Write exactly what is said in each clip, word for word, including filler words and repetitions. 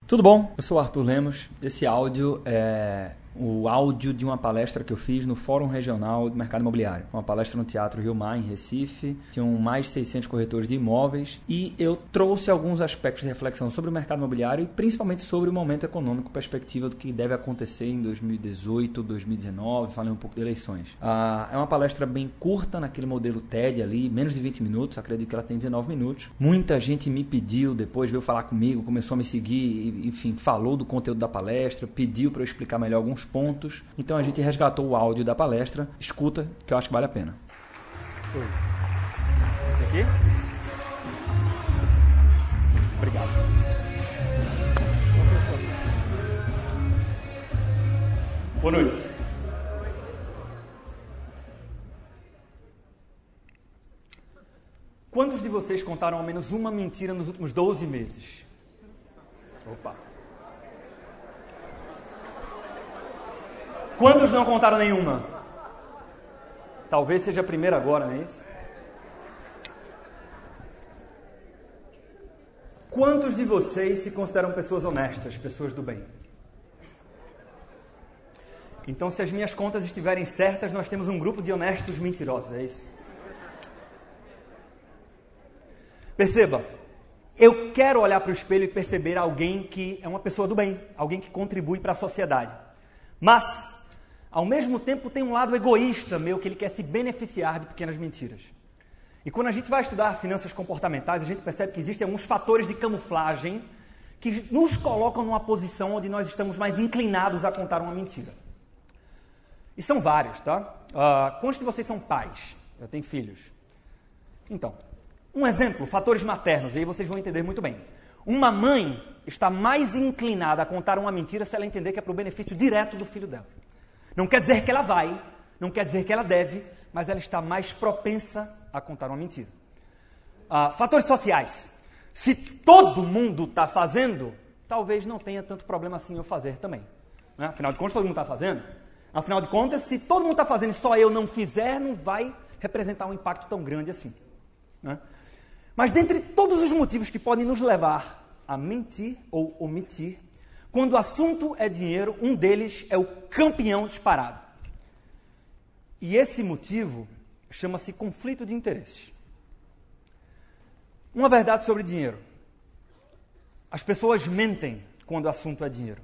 Tudo bom? Eu sou o Arthur Lemos. Esse áudio é o áudio de uma palestra que eu fiz no Fórum Regional do Mercado Imobiliário. Uma palestra no Teatro Rio Mar, em Recife. Tinham mais de seiscentos corretores de imóveis e eu trouxe alguns aspectos de reflexão sobre o mercado imobiliário e principalmente sobre o momento econômico, perspectiva do que deve acontecer em dois mil e dezoito, dois mil e dezenove, falei um pouco de eleições. Ah, é uma palestra bem curta, naquele modelo T E D ali, menos de vinte minutos, acredito que ela tem dezenove minutos. Muita gente me pediu, depois veio falar comigo, começou a me seguir, enfim, falou do conteúdo da palestra, pediu para eu explicar melhor alguns pontos. Então a gente resgatou o áudio da palestra. Escuta, que eu acho que vale a pena. Oi. Esse aqui? Obrigado. Boa noite. Quantos de vocês contaram ao menos uma mentira nos últimos doze meses? Opa. Quantos não contaram nenhuma? Talvez seja a primeira agora, não é isso? Quantos de vocês se consideram pessoas honestas, pessoas do bem? Então, se as minhas contas estiverem certas, nós temos um grupo de honestos mentirosos, é isso? Perceba, eu quero olhar para o espelho e perceber alguém que é uma pessoa do bem, alguém que contribui para a sociedade. Mas, ao mesmo tempo, tem um lado egoísta meu, que ele quer se beneficiar de pequenas mentiras. E quando a gente vai estudar finanças comportamentais, a gente percebe que existem alguns fatores de camuflagem que nos colocam numa posição onde nós estamos mais inclinados a contar uma mentira. E são vários, tá? Uh, quantos de vocês são pais? Eu tenho filhos. Então, um exemplo, fatores maternos, e aí vocês vão entender muito bem. Uma mãe está mais inclinada a contar uma mentira se ela entender que é para o benefício direto do filho dela. Não quer dizer que ela vai, não quer dizer que ela deve, mas ela está mais propensa a contar uma mentira. Uh, fatores sociais. Se todo mundo está fazendo, talvez não tenha tanto problema assim eu fazer também. Né? Afinal de contas, todo mundo está fazendo. Afinal de contas, se todo mundo está fazendo e só eu não fizer, não vai representar um impacto tão grande assim. Né? Mas dentre todos os motivos que podem nos levar a mentir ou omitir, quando o assunto é dinheiro, um deles é o campeão disparado. E esse motivo chama-se conflito de interesses. Uma verdade sobre dinheiro. As pessoas mentem quando o assunto é dinheiro.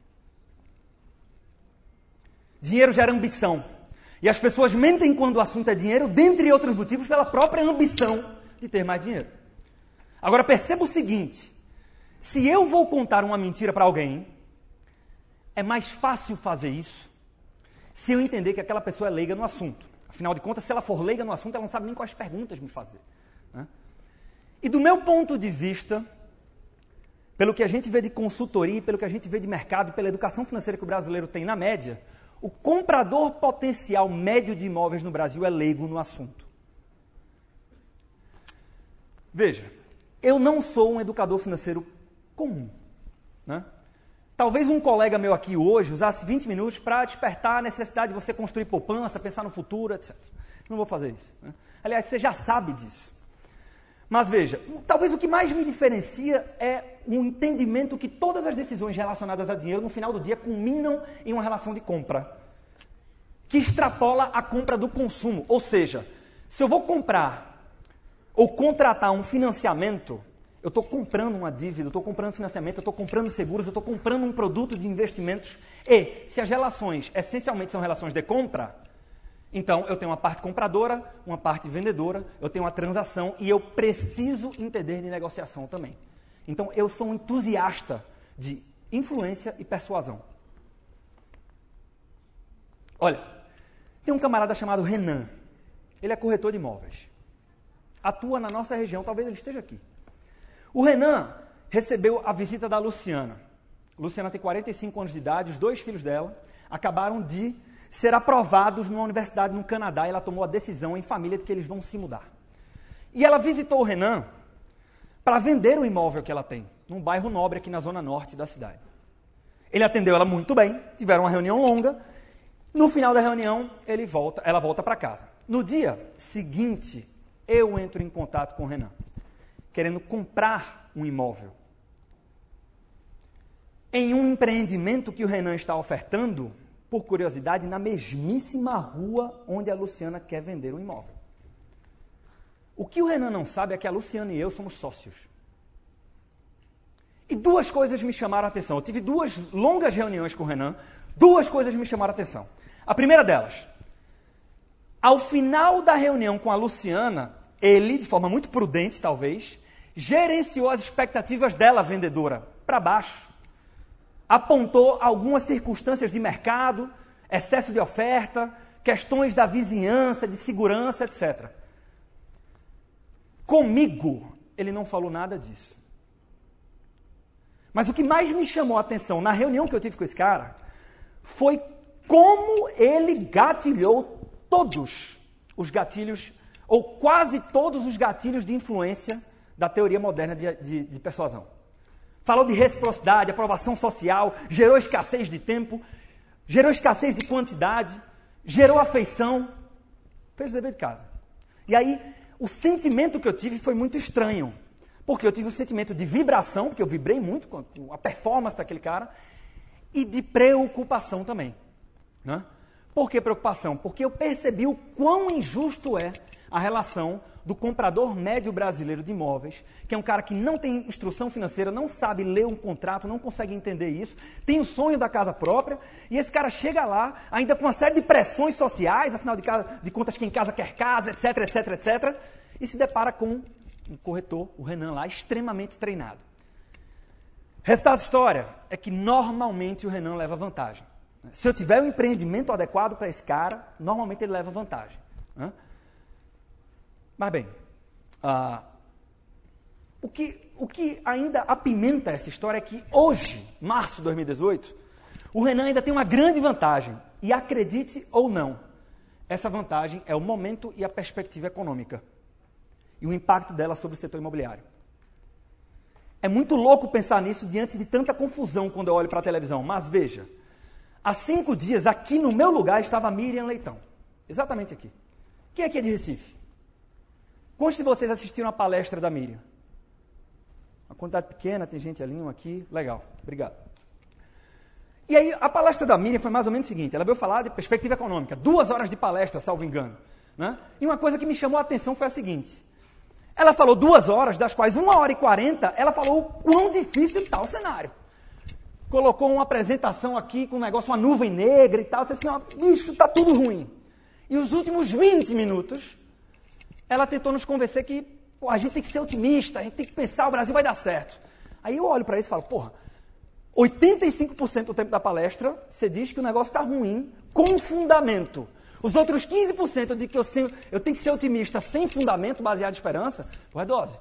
Dinheiro gera ambição. E as pessoas mentem quando o assunto é dinheiro, dentre outros motivos, pela própria ambição de ter mais dinheiro. Agora perceba o seguinte. Se eu vou contar uma mentira para alguém, é mais fácil fazer isso se eu entender que aquela pessoa é leiga no assunto. Afinal de contas, se ela for leiga no assunto, ela não sabe nem quais perguntas me fazer. Né? E do meu ponto de vista, pelo que a gente vê de consultoria, pelo que a gente vê de mercado, pela educação financeira que o brasileiro tem na média, o comprador potencial médio de imóveis no Brasil é leigo no assunto. Veja, eu não sou um educador financeiro comum. Né? Talvez um colega meu aqui hoje usasse vinte minutos para despertar a necessidade de você construir poupança, pensar no futuro, etcétera. Não vou fazer isso. Né? Aliás, você já sabe disso. Mas veja, talvez o que mais me diferencia é o entendimento que todas as decisões relacionadas a dinheiro, no final do dia, culminam em uma relação de compra, que extrapola a compra do consumo. Ou seja, se eu vou comprar ou contratar um financiamento, eu estou comprando uma dívida, eu estou comprando financiamento, eu estou comprando seguros, eu estou comprando um produto de investimentos. E se as relações essencialmente são relações de compra, então eu tenho uma parte compradora, uma parte vendedora, eu tenho uma transação e eu preciso entender de negociação também. Então eu sou um entusiasta de influência e persuasão. Olha, tem um camarada chamado Renan. Ele é corretor de imóveis. Atua na nossa região, talvez ele esteja aqui. O Renan recebeu a visita da Luciana. Luciana tem quarenta e cinco anos de idade, os dois filhos dela acabaram de ser aprovados numa universidade no Canadá e ela tomou a decisão em família de que eles vão se mudar. E ela visitou o Renan para vender o imóvel que ela tem, num bairro nobre aqui na zona norte da cidade. Ele atendeu ela muito bem, tiveram uma reunião longa. No final da reunião, ele volta, ela volta para casa. No dia seguinte, eu entro em contato com o Renan, querendo comprar um imóvel. em um empreendimento que o Renan está ofertando, por curiosidade, na mesmíssima rua onde a Luciana quer vender um imóvel. O que o Renan não sabe é que a Luciana e eu somos sócios. E duas coisas me chamaram a atenção. Eu tive duas longas reuniões com o Renan, duas coisas me chamaram a atenção. A primeira delas, ao final da reunião com a Luciana, ele, de forma muito prudente talvez, gerenciou as expectativas dela, vendedora, para baixo. Apontou algumas circunstâncias de mercado, excesso de oferta, questões da vizinhança, de segurança, etcétera. Comigo, ele não falou nada disso. Mas o que mais me chamou a atenção na reunião que eu tive com esse cara foi como ele gatilhou todos os gatilhos, ou quase todos os gatilhos de influência da teoria moderna de, de, de persuasão. Falou de reciprocidade, aprovação social, gerou escassez de tempo, gerou escassez de quantidade, gerou afeição, fez o dever de casa. E aí, o sentimento que eu tive foi muito estranho, porque eu tive um sentimento de vibração, porque eu vibrei muito com a performance daquele cara, e de preocupação também. Né? Por que preocupação? Porque eu percebi o quão injusto é a relação do comprador médio brasileiro de imóveis, que é um cara que não tem instrução financeira, não sabe ler um contrato, não consegue entender isso, tem o sonho da casa própria, e esse cara chega lá, ainda com uma série de pressões sociais, afinal de, casa, de contas, quem casa quer casa, etc, etc, etcétera, e se depara com um corretor, o Renan lá, extremamente treinado. Resultado da história é que normalmente o Renan leva vantagem. Se eu tiver um empreendimento adequado para esse cara, normalmente ele leva vantagem. Né? Mas bem, uh, o, que, o que ainda apimenta essa história é que hoje, março de dois mil e dezoito, o Renan ainda tem uma grande vantagem. E acredite ou não, essa vantagem é o momento e a perspectiva econômica. E o impacto dela sobre o setor imobiliário. É muito louco pensar nisso diante de tanta confusão quando eu olho para a televisão. Mas veja, há cinco dias, aqui no meu lugar, estava a Miriam Leitão. Exatamente aqui. Quem aqui é de Recife? Quantos de vocês assistiram a palestra da Miriam? Uma quantidade pequena, tem gente ali, um aqui. Legal, obrigado. E aí, a palestra da Miriam foi mais ou menos o seguinte, ela veio falar de perspectiva econômica, duas horas de palestra, salvo engano. Né? E uma coisa que me chamou a atenção foi a seguinte, ela falou duas horas, das quais uma hora e quarenta, ela falou o quão difícil está o cenário. Colocou uma apresentação aqui com um negócio, uma nuvem negra e tal, disse assim, ó, bicho, está tudo ruim. E os últimos vinte minutos, ela tentou nos convencer que pô, a gente tem que ser otimista, a gente tem que pensar, o Brasil vai dar certo. Aí eu olho para isso e falo, porra, oitenta e cinco por cento do tempo da palestra, você diz que o negócio está ruim, com fundamento. Os outros quinze por cento de que eu, sei, eu tenho que ser otimista sem fundamento, baseado em esperança, é dose.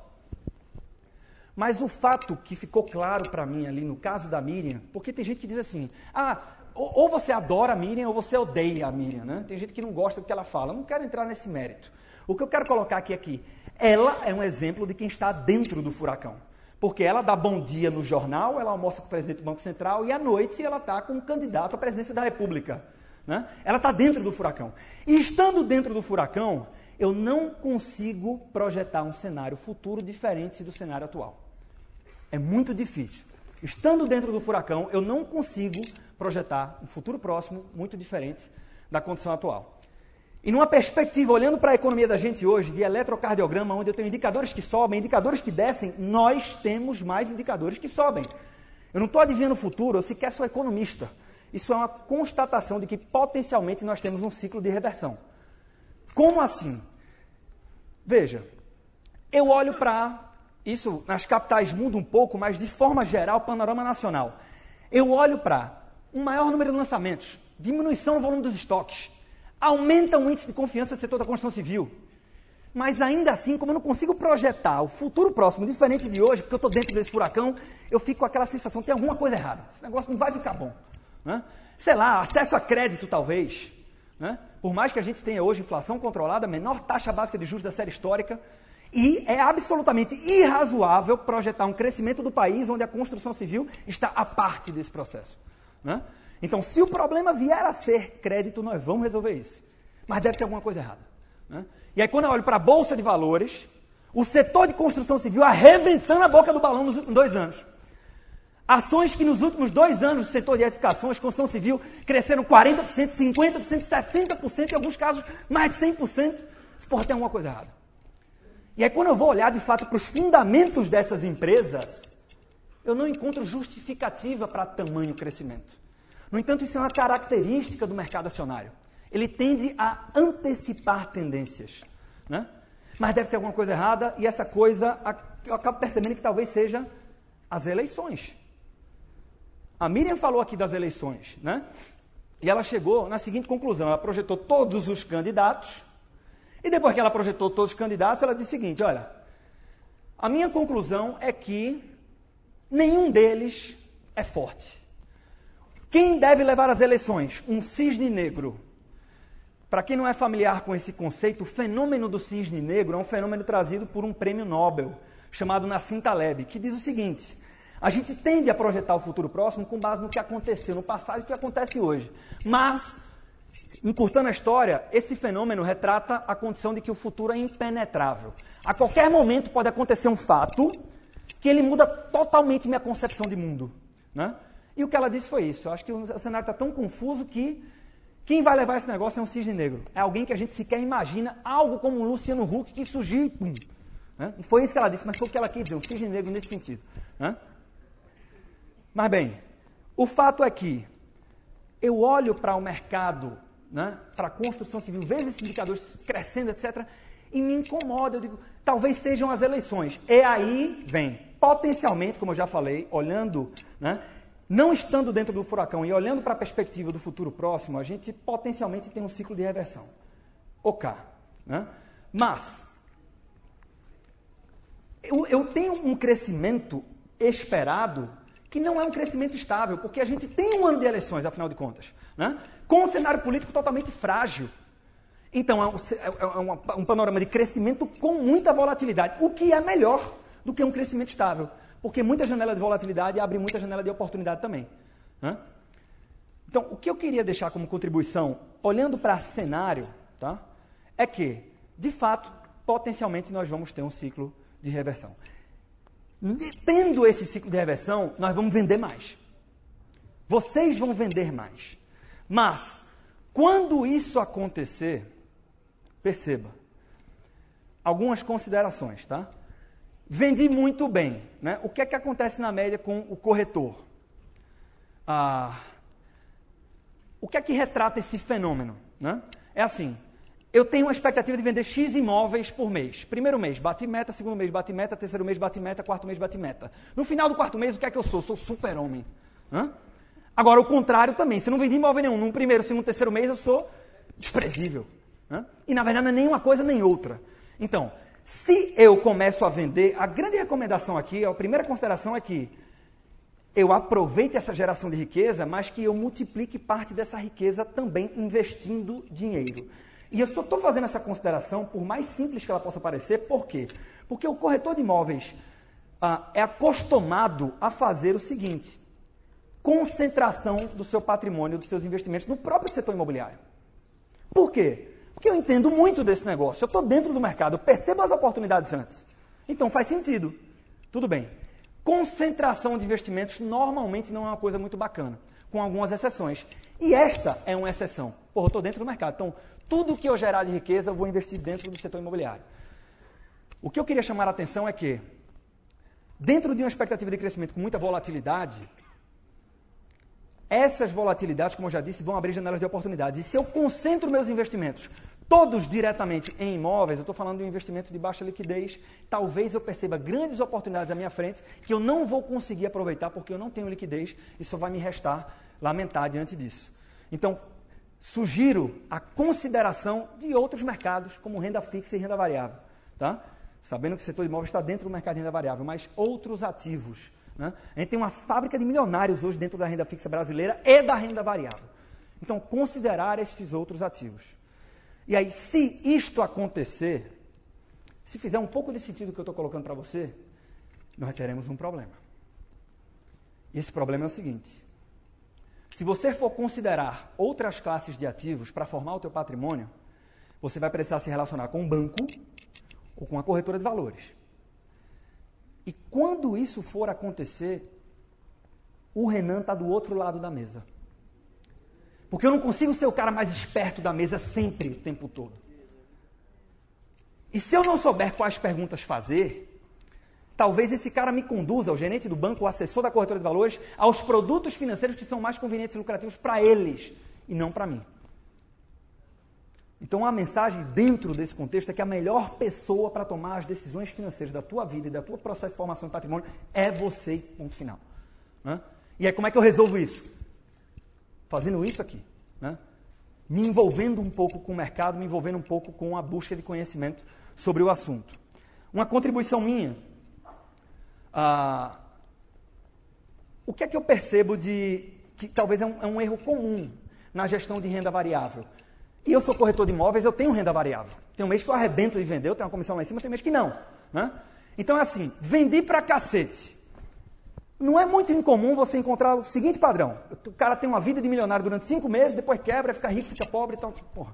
Mas o fato que ficou claro para mim ali no caso da Miriam, porque tem gente que diz assim, ah, ou, ou você adora a Miriam ou você odeia a Miriam, né? Tem gente que não gosta do que ela fala, eu não quero entrar nesse mérito. O que eu quero colocar aqui é que ela é um exemplo de quem está dentro do furacão. Porque ela dá bom dia no jornal, ela almoça com o presidente do Banco Central e à noite ela está com um candidato à presidência da República. Né? Ela está dentro do furacão. E estando dentro do furacão, eu não consigo projetar um cenário futuro diferente do cenário atual. É muito difícil. Estando dentro do furacão, eu não consigo projetar um futuro próximo muito diferente da condição atual. E numa perspectiva, olhando para a economia da gente hoje, de eletrocardiograma, onde eu tenho indicadores que sobem, indicadores que descem, nós temos mais indicadores que sobem. Eu não estou adivinhando o futuro, eu sequer sou economista. Isso é uma constatação de que potencialmente nós temos um ciclo de reversão. Como assim? Veja, eu olho para isso, nas capitais muda um pouco, mas de forma geral, panorama nacional. Eu olho para um maior número de lançamentos, diminuição no volume dos estoques, aumenta o índice de confiança no setor da construção civil. Mas ainda assim, como eu não consigo projetar o futuro próximo diferente de hoje, porque eu estou dentro desse furacão, eu fico com aquela sensação, tem alguma coisa errada. Esse negócio não vai ficar bom. Né? Sei lá, acesso a crédito talvez. Né? Por mais que a gente tenha hoje inflação controlada, menor taxa básica de juros da série histórica, e é absolutamente irrazoável projetar um crescimento do país onde a construção civil está à parte desse processo. Né? Então, se o problema vier a ser crédito, nós vamos resolver isso. Mas deve ter alguma coisa errada. Né? E aí, quando eu olho para a Bolsa de Valores, o setor de construção civil arrebentando a boca do balão nos últimos dois anos. Ações que nos últimos dois anos do setor de edificações, construção civil, cresceram quarenta por cento, cinquenta por cento, sessenta por cento, em alguns casos mais de cem por cento. Porra, tem alguma coisa errada. E aí quando eu vou olhar de fato para os fundamentos dessas empresas, eu não encontro justificativa para tamanho crescimento. No entanto, isso é uma característica do mercado acionário. Ele tende a antecipar tendências, né? Mas deve ter alguma coisa errada, e essa coisa, eu acabo percebendo que talvez seja as eleições. A Miriam falou aqui das eleições, né? E ela chegou na seguinte conclusão, ela projetou todos os candidatos, e depois que ela projetou todos os candidatos, ela disse o seguinte, olha, a minha conclusão é que nenhum deles é forte. Quem deve levar as eleições? Um cisne negro. Para quem não é familiar com esse conceito, o fenômeno do cisne negro é um fenômeno trazido por um prêmio Nobel, chamado Nassim Taleb, que diz o seguinte, a gente tende a projetar o futuro próximo com base no que aconteceu no passado e o que acontece hoje. Mas, encurtando a história, esse fenômeno retrata a condição de que o futuro é impenetrável. A qualquer momento pode acontecer um fato que ele muda totalmente minha concepção de mundo, né? E o que ela disse foi isso. Eu acho que o cenário está tão confuso que quem vai levar esse negócio é um cisne negro. É alguém que a gente sequer imagina, algo como um Luciano Huck que surgiu e pum. Né? E foi isso que ela disse, mas foi o que ela quis dizer, um cisne negro nesse sentido. Né? Mas bem, o fato é que eu olho para o mercado, né, para a construção civil, vejo esses indicadores crescendo, etcétera, e me incomoda. Eu digo, talvez sejam as eleições. E aí vem, potencialmente, como eu já falei, olhando, né, não estando dentro do furacão e olhando para a perspectiva do futuro próximo, a gente potencialmente tem um ciclo de reversão. Ok. Né? Mas, eu, eu tenho um crescimento esperado que não é um crescimento estável, porque a gente tem um ano de eleições, afinal de contas, né? Com um cenário político totalmente frágil. Então, é, um, é uma, um panorama de crescimento com muita volatilidade, o que é melhor do que um crescimento estável, porque muita janela de volatilidade abre muita janela de oportunidade também. Né? Então, o que eu queria deixar como contribuição, olhando para cenário, tá, é que, de fato, potencialmente nós vamos ter um ciclo de reversão. Tendo esse ciclo de reversão, nós vamos vender mais. Vocês vão vender mais. Mas, quando isso acontecer, perceba, algumas considerações, tá? Vendi muito bem, né? O que é que acontece na média com o corretor? Ah, o que é que retrata esse fenômeno? Né? É assim, eu tenho uma expectativa de vender X imóveis por mês. Primeiro mês, bati meta. Segundo mês, bati meta. Terceiro mês, bati meta. Quarto mês, bati meta. No final do quarto mês, o que é que eu sou? Sou super-homem. Hã? Agora, o contrário também. Se eu não vendi imóvel nenhum no primeiro, segundo, terceiro mês, eu sou desprezível. Hã? E, na verdade, não é nem uma coisa nem outra. Então, se eu começo a vender, a grande recomendação aqui, a primeira consideração é que eu aproveite essa geração de riqueza, mas que eu multiplique parte dessa riqueza também investindo dinheiro. E eu só estou fazendo essa consideração, por mais simples que ela possa parecer, por quê? Porque o corretor de imóveis ah, é acostumado a fazer o seguinte, concentração do seu patrimônio, dos seus investimentos no próprio setor imobiliário. Por quê? Porque eu entendo muito desse negócio, eu estou dentro do mercado, eu percebo as oportunidades antes. Então faz sentido. Tudo bem. Concentração de investimentos normalmente não é uma coisa muito bacana, com algumas exceções. E esta é uma exceção. Porra, eu estou dentro do mercado. Então, tudo que eu gerar de riqueza, eu vou investir dentro do setor imobiliário. O que eu queria chamar a atenção é que, dentro de uma expectativa de crescimento com muita volatilidade, essas volatilidades, como eu já disse, vão abrir janelas de oportunidades. E se eu concentro meus investimentos todos diretamente em imóveis, eu estou falando de um investimento de baixa liquidez, talvez eu perceba grandes oportunidades à minha frente que eu não vou conseguir aproveitar porque eu não tenho liquidez e só vai me restar lamentar diante disso. Então, sugiro a consideração de outros mercados, como renda fixa e renda variável. Tá? Sabendo que o setor de imóveis está dentro do mercado de renda variável, mas outros ativos. Né? A gente tem uma fábrica de milionários hoje dentro da renda fixa brasileira e da renda variável. Então, considerar esses outros ativos. E aí, se isto acontecer, se fizer um pouco de sentido o que eu estou colocando para você, nós teremos um problema. E esse problema é o seguinte. Se você for considerar outras classes de ativos para formar o teu patrimônio, você vai precisar se relacionar com um banco ou com uma corretora de valores. E quando isso for acontecer, o Renan está do outro lado da mesa. Porque eu não consigo ser o cara mais esperto da mesa sempre, o tempo todo. E se eu não souber quais perguntas fazer, talvez esse cara me conduza, o gerente do banco, o assessor da corretora de valores, aos produtos financeiros que são mais convenientes e lucrativos para eles e não para mim. Então a mensagem dentro desse contexto é que a melhor pessoa para tomar as decisões financeiras da tua vida e da tua processo de formação de patrimônio é você, ponto final. Né? E aí como é que eu resolvo isso? Fazendo isso aqui. Né? Me envolvendo um pouco com o mercado, me envolvendo um pouco com a busca de conhecimento sobre o assunto. Uma contribuição minha. Ah, o que é que eu percebo de que talvez é um, é um erro comum na gestão de renda variável? E eu sou corretor de imóveis, eu tenho renda variável. Tem um mês que eu arrebento de vender, eu tenho uma comissão lá em cima, tem um mês que não. Né? Então é assim, vendi pra cacete. Não é muito incomum você encontrar o seguinte padrão. O cara tem uma vida de milionário durante cinco meses, depois quebra, fica rico, fica pobre e tal. Porra.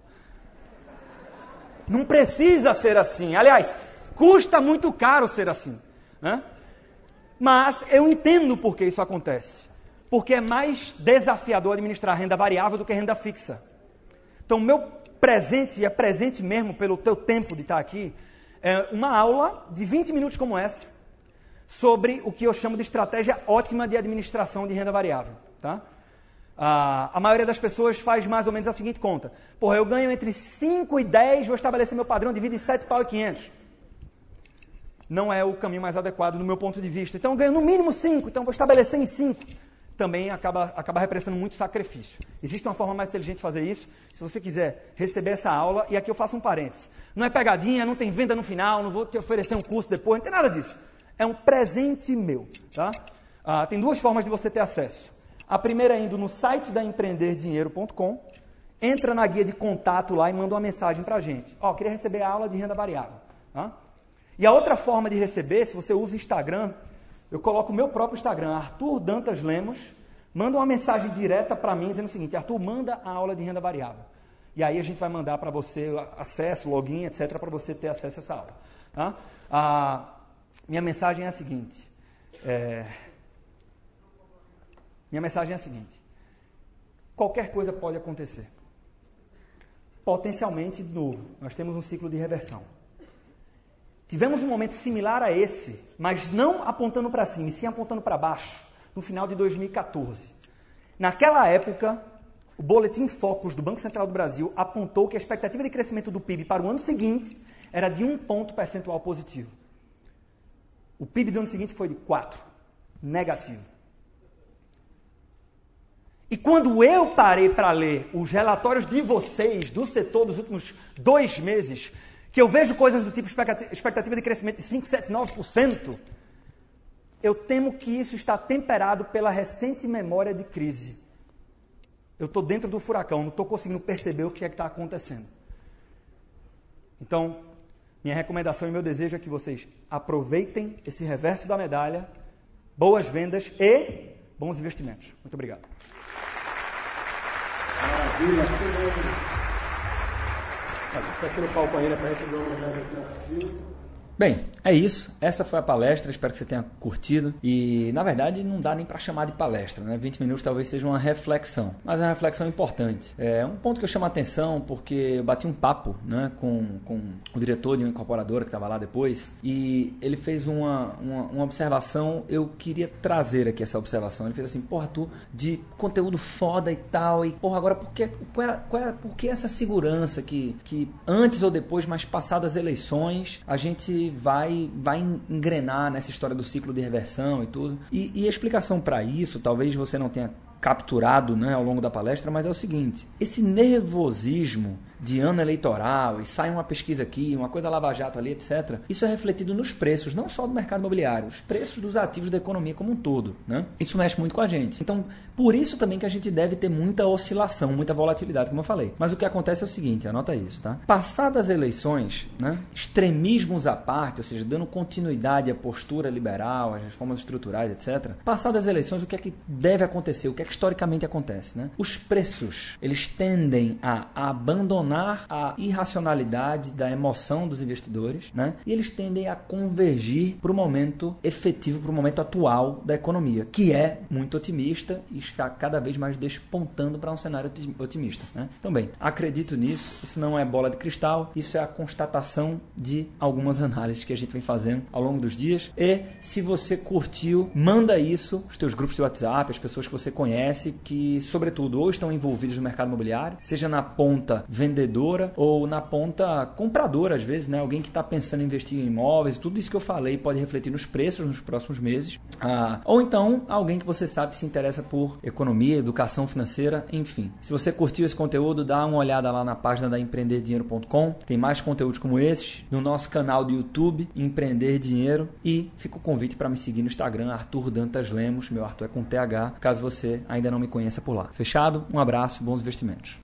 Não precisa ser assim. Aliás, custa muito caro ser assim. Né? Mas eu entendo por que isso acontece. Porque é mais desafiador administrar renda variável do que renda fixa. Então, meu presente, e é presente mesmo pelo teu tempo de estar aqui, é uma aula de vinte minutos como essa, sobre o que eu chamo de estratégia ótima de administração de renda variável. Tá? Ah, a maioria das pessoas faz mais ou menos a seguinte conta. Porra, eu ganho entre cinco e dez, vou estabelecer meu padrão de vida em sete mil e quinhentos. Não é o caminho mais adequado do meu ponto de vista. Então, eu ganho no mínimo cinco, então vou estabelecer em cinco. Também acaba, acaba representando muito sacrifício. Existe uma forma mais inteligente de fazer isso. Se você quiser receber essa aula, e aqui eu faço um parênteses. Não é pegadinha, não tem venda no final, não vou te oferecer um curso depois, não tem nada disso. É um presente meu. Tá? Ah, tem duas formas de você ter acesso. A primeira é indo no site da empreender dinheiro ponto com, entra na guia de contato lá e manda uma mensagem para a gente. Ó, queria receber a aula de renda variável. Tá? E a outra forma de receber, se você usa Instagram, eu coloco o meu próprio Instagram, Arthur Dantas Lemos, manda uma mensagem direta para mim dizendo o seguinte, Arthur, manda a aula de renda variável. E aí a gente vai mandar para você acesso, login, etcétera, para você ter acesso a essa aula. Tá? A minha mensagem é a seguinte, é... minha mensagem é a seguinte, qualquer coisa pode acontecer. Potencialmente, de novo, nós temos um ciclo de reversão. Tivemos um momento similar a esse, mas não apontando para cima, e sim apontando para baixo, no final de dois mil e quatorze. Naquela época, o Boletim Focus do Banco Central do Brasil apontou que a expectativa de crescimento do P I B para o ano seguinte era de um ponto percentual positivo. O P I B do ano seguinte foi de quatro, negativo. E quando eu parei para ler os relatórios de vocês, do setor dos últimos dois meses, que eu vejo coisas do tipo expectativa de crescimento de cinco, sete, nove por cento, eu temo que isso está temperado pela recente memória de crise. Eu estou dentro do furacão, não estou conseguindo perceber o que é que está acontecendo. Então, minha recomendação e meu desejo é que vocês aproveitem esse reverso da medalha, boas vendas e bons investimentos. Muito obrigado. Maravilha. Aqui no palco ainda para receber uma medalha aqui na Silva. Bem, é isso. Essa foi a palestra. Espero que você tenha curtido. E, na verdade, não dá nem para chamar de palestra, né? vinte minutos talvez seja uma reflexão, mas é uma reflexão importante. É um ponto que eu chamo a atenção porque eu bati um papo, né, com, com o diretor de uma incorporadora que estava lá depois e ele fez uma, uma, uma observação. Eu queria trazer aqui essa observação. Ele fez assim, porra, tu de conteúdo foda e tal, e porra, agora por que, qual é, qual é, por que essa segurança que, que antes ou depois, mas passadas as eleições, a gente vai, vai engrenar nessa história do ciclo de reversão e tudo. E, e a explicação para isso, talvez você não tenha capturado, né, ao longo da palestra, mas é o seguinte, esse nervosismo de ano eleitoral e sai uma pesquisa aqui, uma coisa lava-jato ali, etcétera. Isso é refletido nos preços, não só do mercado imobiliário, os preços dos ativos da economia como um todo, né? Isso mexe muito com a gente. Então, por isso também que a gente deve ter muita oscilação, muita volatilidade, como eu falei. Mas o que acontece é o seguinte, anota isso, tá? Passadas as eleições, né, extremismos à parte, ou seja, dando continuidade à postura liberal, às reformas estruturais, etcétera. Passadas as eleições, o que é que deve acontecer? O que é que que historicamente acontece, né? Os preços, eles tendem a abandonar a irracionalidade da emoção dos investidores, né? E eles tendem a convergir para o momento efetivo, para o momento atual da economia, que é muito otimista e está cada vez mais despontando para um cenário otimista, né? Então, bem, acredito nisso, isso não é bola de cristal, isso é a constatação de algumas análises que a gente vem fazendo ao longo dos dias. E se você curtiu, manda isso, os teus grupos de WhatsApp, as pessoas que você conhece, que sobretudo ou estão envolvidos no mercado imobiliário, seja na ponta vendedora ou na ponta compradora, às vezes, né? Alguém que está pensando em investir em imóveis, tudo isso que eu falei pode refletir nos preços nos próximos meses. Ah, ou então, alguém que você sabe que se interessa por economia, educação financeira, enfim. Se você curtiu esse conteúdo, dá uma olhada lá na página da empreender dinheiro ponto com. Tem mais conteúdos como esses no nosso canal do YouTube, Empreender Dinheiro. E fica o convite para me seguir no Instagram, Arthur Dantas Lemos. Meu Arthur é com T H, caso você ainda não me conheça por lá. Fechado? Um abraço, bons investimentos.